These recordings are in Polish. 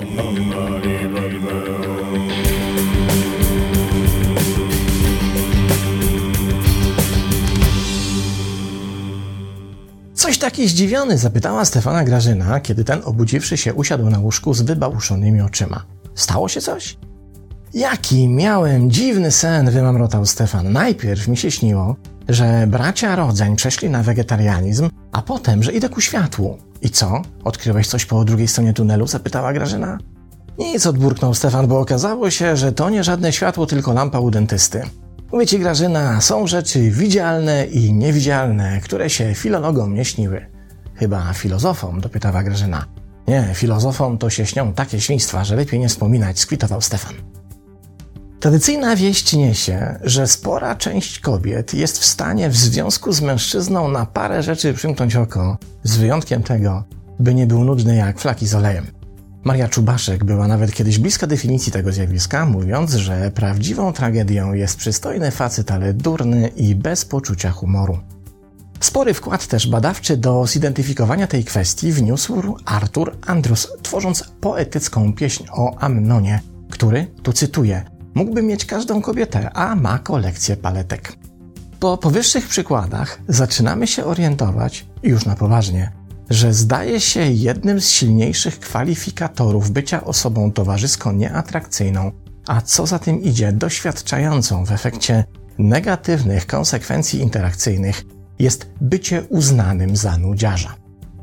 Coś taki zdziwiony zapytała Stefana Grażyna, kiedy ten obudziwszy się usiadł na łóżku z wybałuszonymi oczyma. Stało się coś? Jaki miałem dziwny sen, wymamrotał Stefan. Najpierw mi się śniło, że bracia Rodzeń przeszli na wegetarianizm, a potem, że idę ku światłu. I co? Odkryłeś coś po drugiej stronie tunelu? Zapytała Grażyna. Nic, odburknął Stefan, bo okazało się, że to nie żadne światło, tylko lampa u dentysty. Mówię ci, Grażyna, są rzeczy widzialne i niewidzialne, które się filologom nie śniły. Chyba filozofom, dopytała Grażyna. Nie, filozofom to się śnią takie świństwa, że lepiej nie wspominać, skwitował Stefan. Tradycyjna wieść niesie, że spora część kobiet jest w stanie w związku z mężczyzną na parę rzeczy przymknąć oko, z wyjątkiem tego, by nie był nudny jak flaki z olejem. Maria Czubaszek była nawet kiedyś bliska definicji tego zjawiska, mówiąc, że prawdziwą tragedią jest przystojny facet, ale durny i bez poczucia humoru. Spory wkład też badawczy do zidentyfikowania tej kwestii wniósł Arthur Andrus, tworząc poetycką pieśń o Amnonie, który, tu cytuję, mógłby mieć każdą kobietę, a ma kolekcję paletek. Po powyższych przykładach zaczynamy się orientować, już na poważnie, że zdaje się jednym z silniejszych kwalifikatorów bycia osobą towarzysko nieatrakcyjną, a co za tym idzie doświadczającą w efekcie negatywnych konsekwencji interakcyjnych, jest bycie uznanym za nudziarza.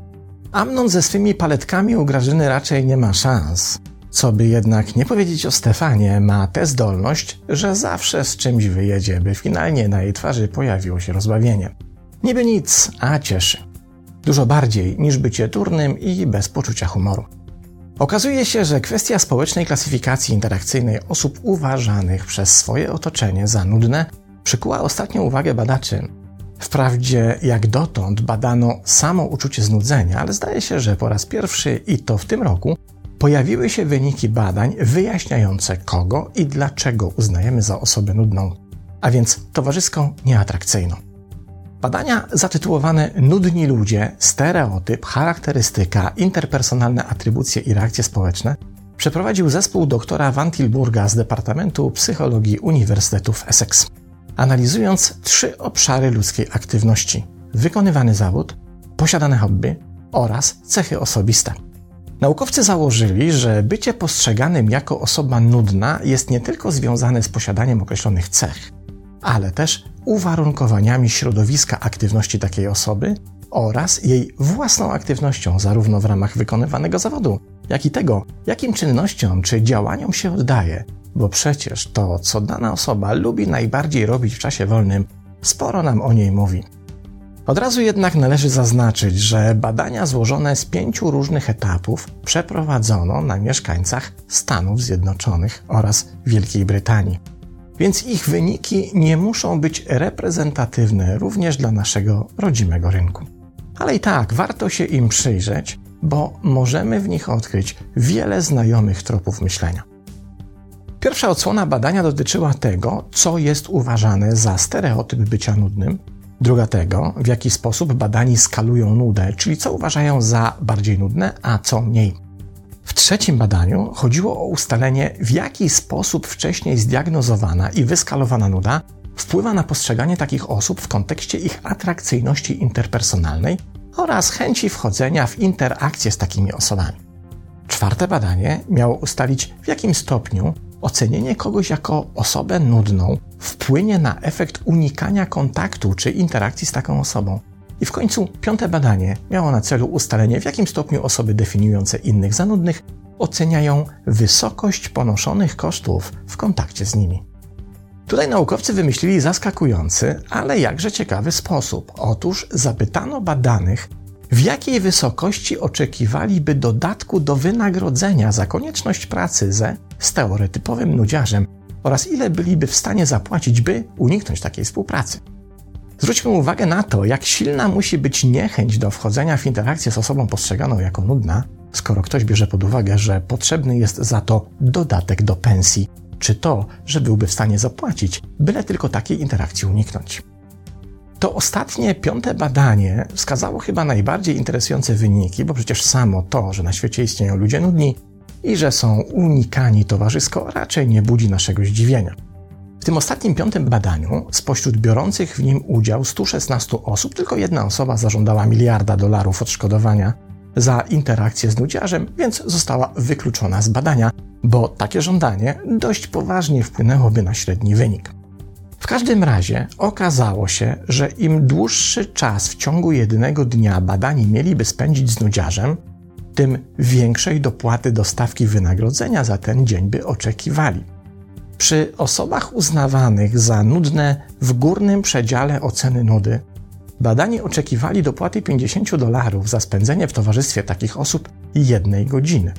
Amnon ze swymi paletkami u Grażyny raczej nie ma szans. Co by jednak nie powiedzieć o Stefanie, ma tę zdolność, że zawsze z czymś wyjedzie, by finalnie na jej twarzy pojawiło się rozbawienie. Niby nic, a cieszy. Dużo bardziej niż bycie durnym i bez poczucia humoru. Okazuje się, że kwestia społecznej klasyfikacji interakcyjnej osób uważanych przez swoje otoczenie za nudne przykuła ostatnią uwagę badaczy. Wprawdzie jak dotąd badano samo uczucie znudzenia, ale zdaje się, że po raz pierwszy i to w tym roku pojawiły się wyniki badań wyjaśniające kogo i dlaczego uznajemy za osobę nudną, a więc towarzysko nieatrakcyjną. Badania zatytułowane Nudni ludzie, stereotyp, charakterystyka, interpersonalne atrybucje i reakcje społeczne przeprowadził zespół doktora Van Tilburga z Departamentu Psychologii Uniwersytetu w Essex, analizując 3 obszary ludzkiej aktywności: wykonywany zawód, posiadane hobby oraz cechy osobiste. Naukowcy założyli, że bycie postrzeganym jako osoba nudna jest nie tylko związane z posiadaniem określonych cech, ale też uwarunkowaniami środowiska aktywności takiej osoby oraz jej własną aktywnością zarówno w ramach wykonywanego zawodu, jak i tego, jakim czynnościom czy działaniom się oddaje, bo przecież to, co dana osoba lubi najbardziej robić w czasie wolnym, sporo nam o niej mówi. Od razu jednak należy zaznaczyć, że badania złożone z 5 różnych etapów przeprowadzono na mieszkańcach Stanów Zjednoczonych oraz Wielkiej Brytanii. Więc ich wyniki nie muszą być reprezentatywne również dla naszego rodzimego rynku. Ale i tak warto się im przyjrzeć, bo możemy w nich odkryć wiele znajomych tropów myślenia. Pierwsza odsłona badania dotyczyła tego, co jest uważane za stereotyp bycia nudnym, druga tego, w jaki sposób badani skalują nudę, czyli co uważają za bardziej nudne, a co mniej. W trzecim badaniu chodziło o ustalenie, w jaki sposób wcześniej zdiagnozowana i wyskalowana nuda wpływa na postrzeganie takich osób w kontekście ich atrakcyjności interpersonalnej oraz chęci wchodzenia w interakcje z takimi osobami. Czwarte badanie miało ustalić, w jakim stopniu ocenienie kogoś jako osobę nudną wpłynie na efekt unikania kontaktu czy interakcji z taką osobą. I w końcu 5. badanie miało na celu ustalenie, w jakim stopniu osoby definiujące innych za nudnych oceniają wysokość ponoszonych kosztów w kontakcie z nimi. Tutaj naukowcy wymyślili zaskakujący, ale jakże ciekawy sposób. Otóż zapytano badanych, w jakiej wysokości oczekiwaliby dodatku do wynagrodzenia za konieczność pracy ze stereotypowym nudziarzem oraz ile byliby w stanie zapłacić, by uniknąć takiej współpracy. Zwróćmy uwagę na to, jak silna musi być niechęć do wchodzenia w interakcję z osobą postrzeganą jako nudna, skoro ktoś bierze pod uwagę, że potrzebny jest za to dodatek do pensji, czy to, że byłby w stanie zapłacić, byle tylko takiej interakcji uniknąć. To ostatnie 5. badanie wskazało chyba najbardziej interesujące wyniki, bo przecież samo to, że na świecie istnieją ludzie nudni, i że są unikani towarzysko, raczej nie budzi naszego zdziwienia. W tym ostatnim 5. badaniu spośród biorących w nim udział 116 osób tylko jedna osoba zażądała $1 miliarda odszkodowania za interakcję z nudziarzem, więc została wykluczona z badania, bo takie żądanie dość poważnie wpłynęłoby na średni wynik. W każdym razie okazało się, że im dłuższy czas w ciągu jednego dnia badani mieliby spędzić z nudziarzem, tym większej dopłaty do stawki wynagrodzenia za ten dzień by oczekiwali. Przy osobach uznawanych za nudne w górnym przedziale oceny nudy, badani oczekiwali dopłaty $50 za spędzenie w towarzystwie takich osób 1 godziny.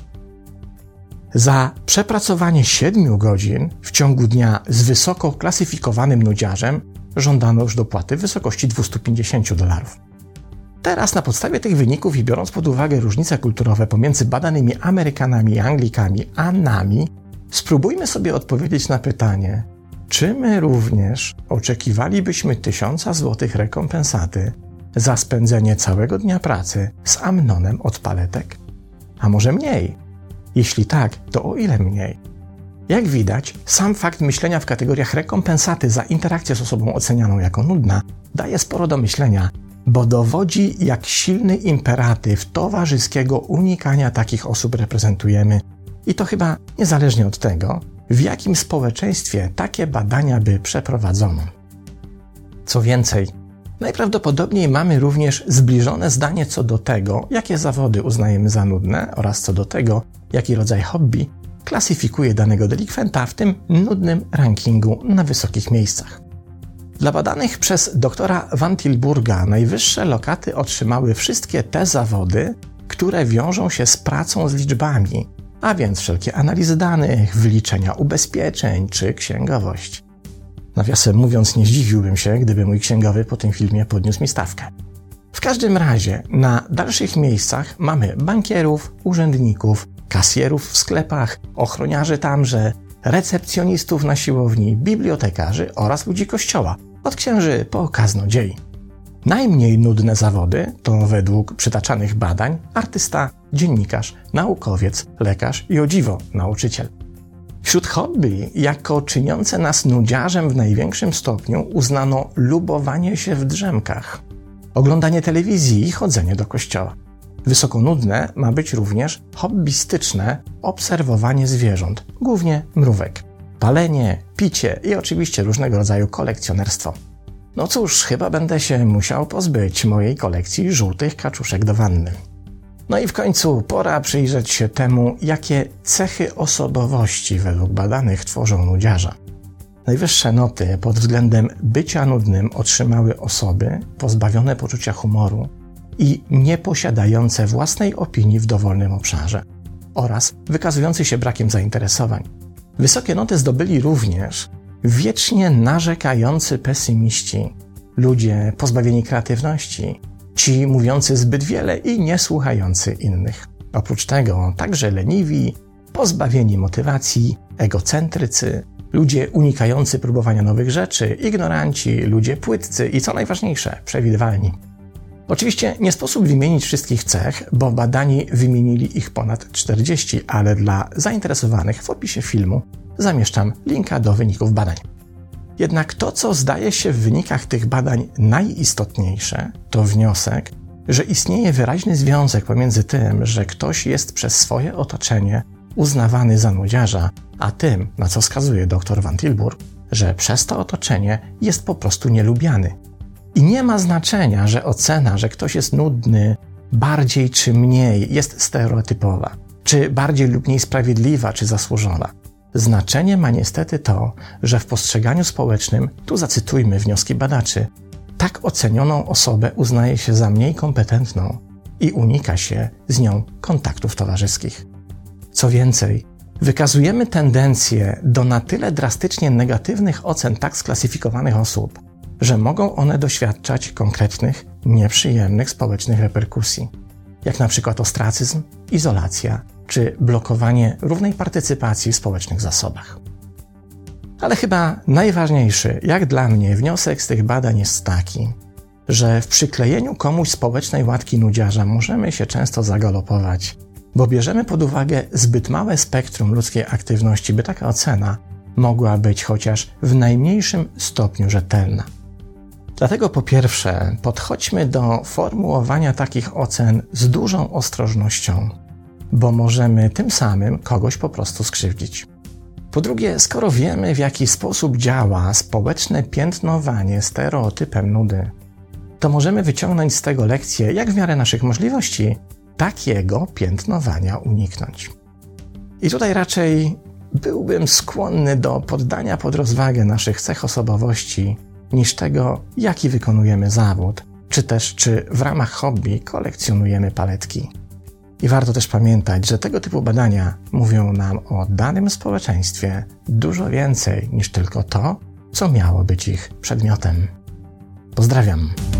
Za przepracowanie 7 godzin w ciągu dnia z wysoko klasyfikowanym nudziarzem żądano już dopłaty w wysokości $250. Teraz na podstawie tych wyników i biorąc pod uwagę różnice kulturowe pomiędzy badanymi Amerykanami i Anglikami a nami, spróbujmy sobie odpowiedzieć na pytanie, czy my również oczekiwalibyśmy 1000 złotych rekompensaty za spędzenie całego dnia pracy z Amnonem od paletek? A może mniej? Jeśli tak, to o ile mniej? Jak widać, sam fakt myślenia w kategoriach rekompensaty za interakcję z osobą ocenianą jako nudna daje sporo do myślenia, bo dowodzi, jak silny imperatyw towarzyskiego unikania takich osób reprezentujemy i to chyba niezależnie od tego, w jakim społeczeństwie takie badania by przeprowadzono. Co więcej, najprawdopodobniej mamy również zbliżone zdanie co do tego, jakie zawody uznajemy za nudne oraz co do tego, jaki rodzaj hobby klasyfikuje danego delikwenta w tym nudnym rankingu na wysokich miejscach. Dla badanych przez doktora Van Tilburga najwyższe lokaty otrzymały wszystkie te zawody, które wiążą się z pracą z liczbami, a więc wszelkie analizy danych, wyliczenia ubezpieczeń czy księgowość. Nawiasem mówiąc, nie zdziwiłbym się, gdyby mój księgowy po tym filmie podniósł mi stawkę. W każdym razie na dalszych miejscach mamy bankierów, urzędników, kasjerów w sklepach, ochroniarzy tamże, recepcjonistów na siłowni, bibliotekarzy oraz ludzi kościoła, od księży po kaznodziei. Najmniej nudne zawody to według przytaczanych badań artysta, dziennikarz, naukowiec, lekarz i o dziwo nauczyciel. Wśród hobby jako czyniące nas nudziarzem w największym stopniu uznano lubowanie się w drzemkach, oglądanie telewizji i chodzenie do kościoła. Wysoko nudne ma być również hobbystyczne obserwowanie zwierząt, głównie mrówek, palenie, picie i oczywiście różnego rodzaju kolekcjonerstwo. No cóż, chyba będę się musiał pozbyć mojej kolekcji żółtych kaczuszek do wanny. No i w końcu pora przyjrzeć się temu, jakie cechy osobowości według badanych tworzą nudziarza. Najwyższe noty pod względem bycia nudnym otrzymały osoby pozbawione poczucia humoru i nieposiadające własnej opinii w dowolnym obszarze oraz wykazujący się brakiem zainteresowań. Wysokie noty zdobyli również wiecznie narzekający pesymiści, ludzie pozbawieni kreatywności, ci mówiący zbyt wiele i nie słuchający innych. Oprócz tego także leniwi, pozbawieni motywacji, egocentrycy, ludzie unikający próbowania nowych rzeczy, ignoranci, ludzie płytcy i co najważniejsze, przewidywalni. Oczywiście nie sposób wymienić wszystkich cech, bo badani wymienili ich ponad 40, ale dla zainteresowanych w opisie filmu zamieszczam linka do wyników badań. Jednak to, co zdaje się w wynikach tych badań najistotniejsze, to wniosek, że istnieje wyraźny związek pomiędzy tym, że ktoś jest przez swoje otoczenie uznawany za nudziarza, a tym, na co wskazuje dr Van Tilburg, że przez to otoczenie jest po prostu nielubiany. I nie ma znaczenia, że ocena, że ktoś jest nudny bardziej czy mniej jest stereotypowa, czy bardziej lub mniej sprawiedliwa czy zasłużona. Znaczenie ma niestety to, że w postrzeganiu społecznym, tu zacytujmy wnioski badaczy, tak ocenioną osobę uznaje się za mniej kompetentną i unika się z nią kontaktów towarzyskich. Co więcej, wykazujemy tendencję do na tyle drastycznie negatywnych ocen tak sklasyfikowanych osób, że mogą one doświadczać konkretnych, nieprzyjemnych społecznych reperkusji, jak na przykład ostracyzm, izolacja czy blokowanie równej partycypacji w społecznych zasobach. Ale chyba najważniejszy, jak dla mnie, wniosek z tych badań jest taki, że w przyklejeniu komuś społecznej łatki nudziarza możemy się często zagalopować bo bierzemy pod uwagę zbyt małe spektrum ludzkiej aktywności, by taka ocena mogła być chociaż w najmniejszym stopniu rzetelna. Dlatego po pierwsze, podchodźmy do formułowania takich ocen z dużą ostrożnością, bo możemy tym samym kogoś po prostu skrzywdzić. Po drugie, skoro wiemy, w jaki sposób działa społeczne piętnowanie stereotypem nudy, to możemy wyciągnąć z tego lekcję, jak w miarę naszych możliwości takiego piętnowania uniknąć. I tutaj raczej byłbym skłonny do poddania pod rozwagę naszych cech osobowości niż tego, jaki wykonujemy zawód, czy w ramach hobby kolekcjonujemy paletki. I warto też pamiętać, że tego typu badania mówią nam o danym społeczeństwie dużo więcej niż tylko to, co miało być ich przedmiotem. Pozdrawiam.